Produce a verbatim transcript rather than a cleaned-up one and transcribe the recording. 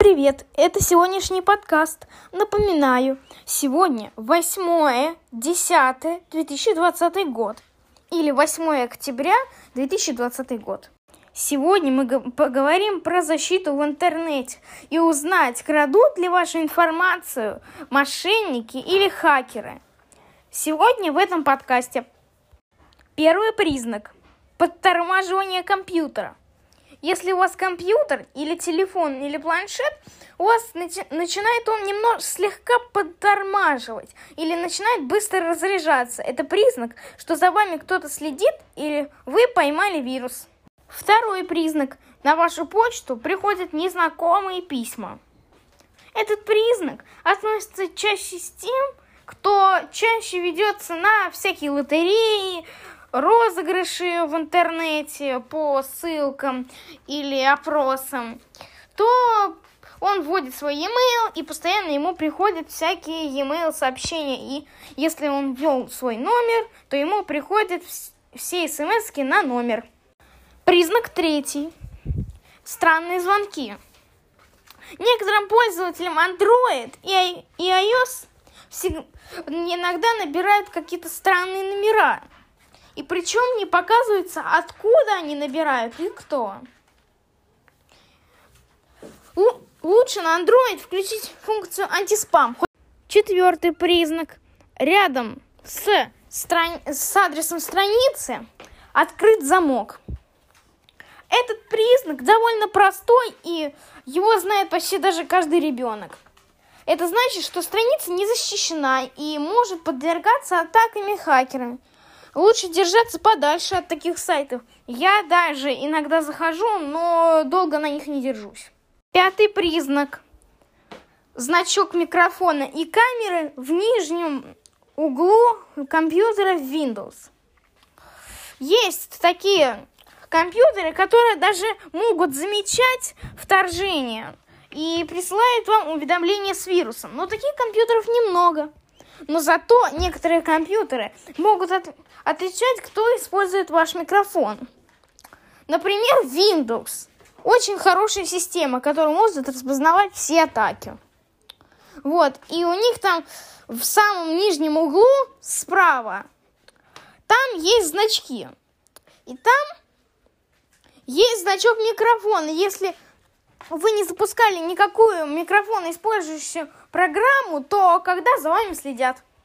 Привет, это сегодняшний подкаст. Напоминаю, сегодня восьмое десятое две тысячи двадцатый год или восьмое октября две тысячи двадцатый год. Сегодня мы поговорим про защиту в интернете и узнать, крадут ли вашу информацию мошенники или хакеры. Сегодня в этом подкасте первый признак – подтормаживание компьютера. Если у вас компьютер или телефон или планшет, у вас начи- начинает он немного слегка подтормаживать или начинает быстро разряжаться. Это признак, что за вами кто-то следит или вы поймали вирус. Второй признак. На вашу почту приходят незнакомые письма. Этот признак относится чаще с тем, кто чаще ведется на всякие лотереи, розыгрыши в интернете по ссылкам или опросам, то он вводит свой e-mail, и постоянно ему приходят всякие e-mail сообщения. И если он ввел свой номер, то ему приходят все смс-ки на номер. Признак третий. Странные звонки. Некоторым пользователям Android и iOS иногда набирают какие-то странные номера. И причем не показывается, откуда они набирают и кто. Л- лучше на Android включить функцию антиспам. Четвертый признак. Рядом с, страни- с адресом страницы открыт замок. Этот признак довольно простой, и его знает почти даже каждый ребенок. Это значит, что страница не защищена и может подвергаться атаками хакерами. Лучше держаться подальше от таких сайтов. Я даже иногда захожу, но долго на них не держусь. Пятый признак. Значок микрофона и камеры в нижнем углу компьютера в Windows. Есть такие компьютеры, которые даже могут замечать вторжение и присылают вам уведомления с вирусом. Но таких компьютеров немного. Но зато некоторые компьютеры могут от, отличать, кто использует ваш микрофон. Например, Windows. Очень хорошая система, которая может распознавать все атаки. Вот. И у них там в самом нижнем углу справа там есть значки. И там есть значок микрофона. Если вы не запускали никакую микрофон, использующую программу, то когда за вами следят.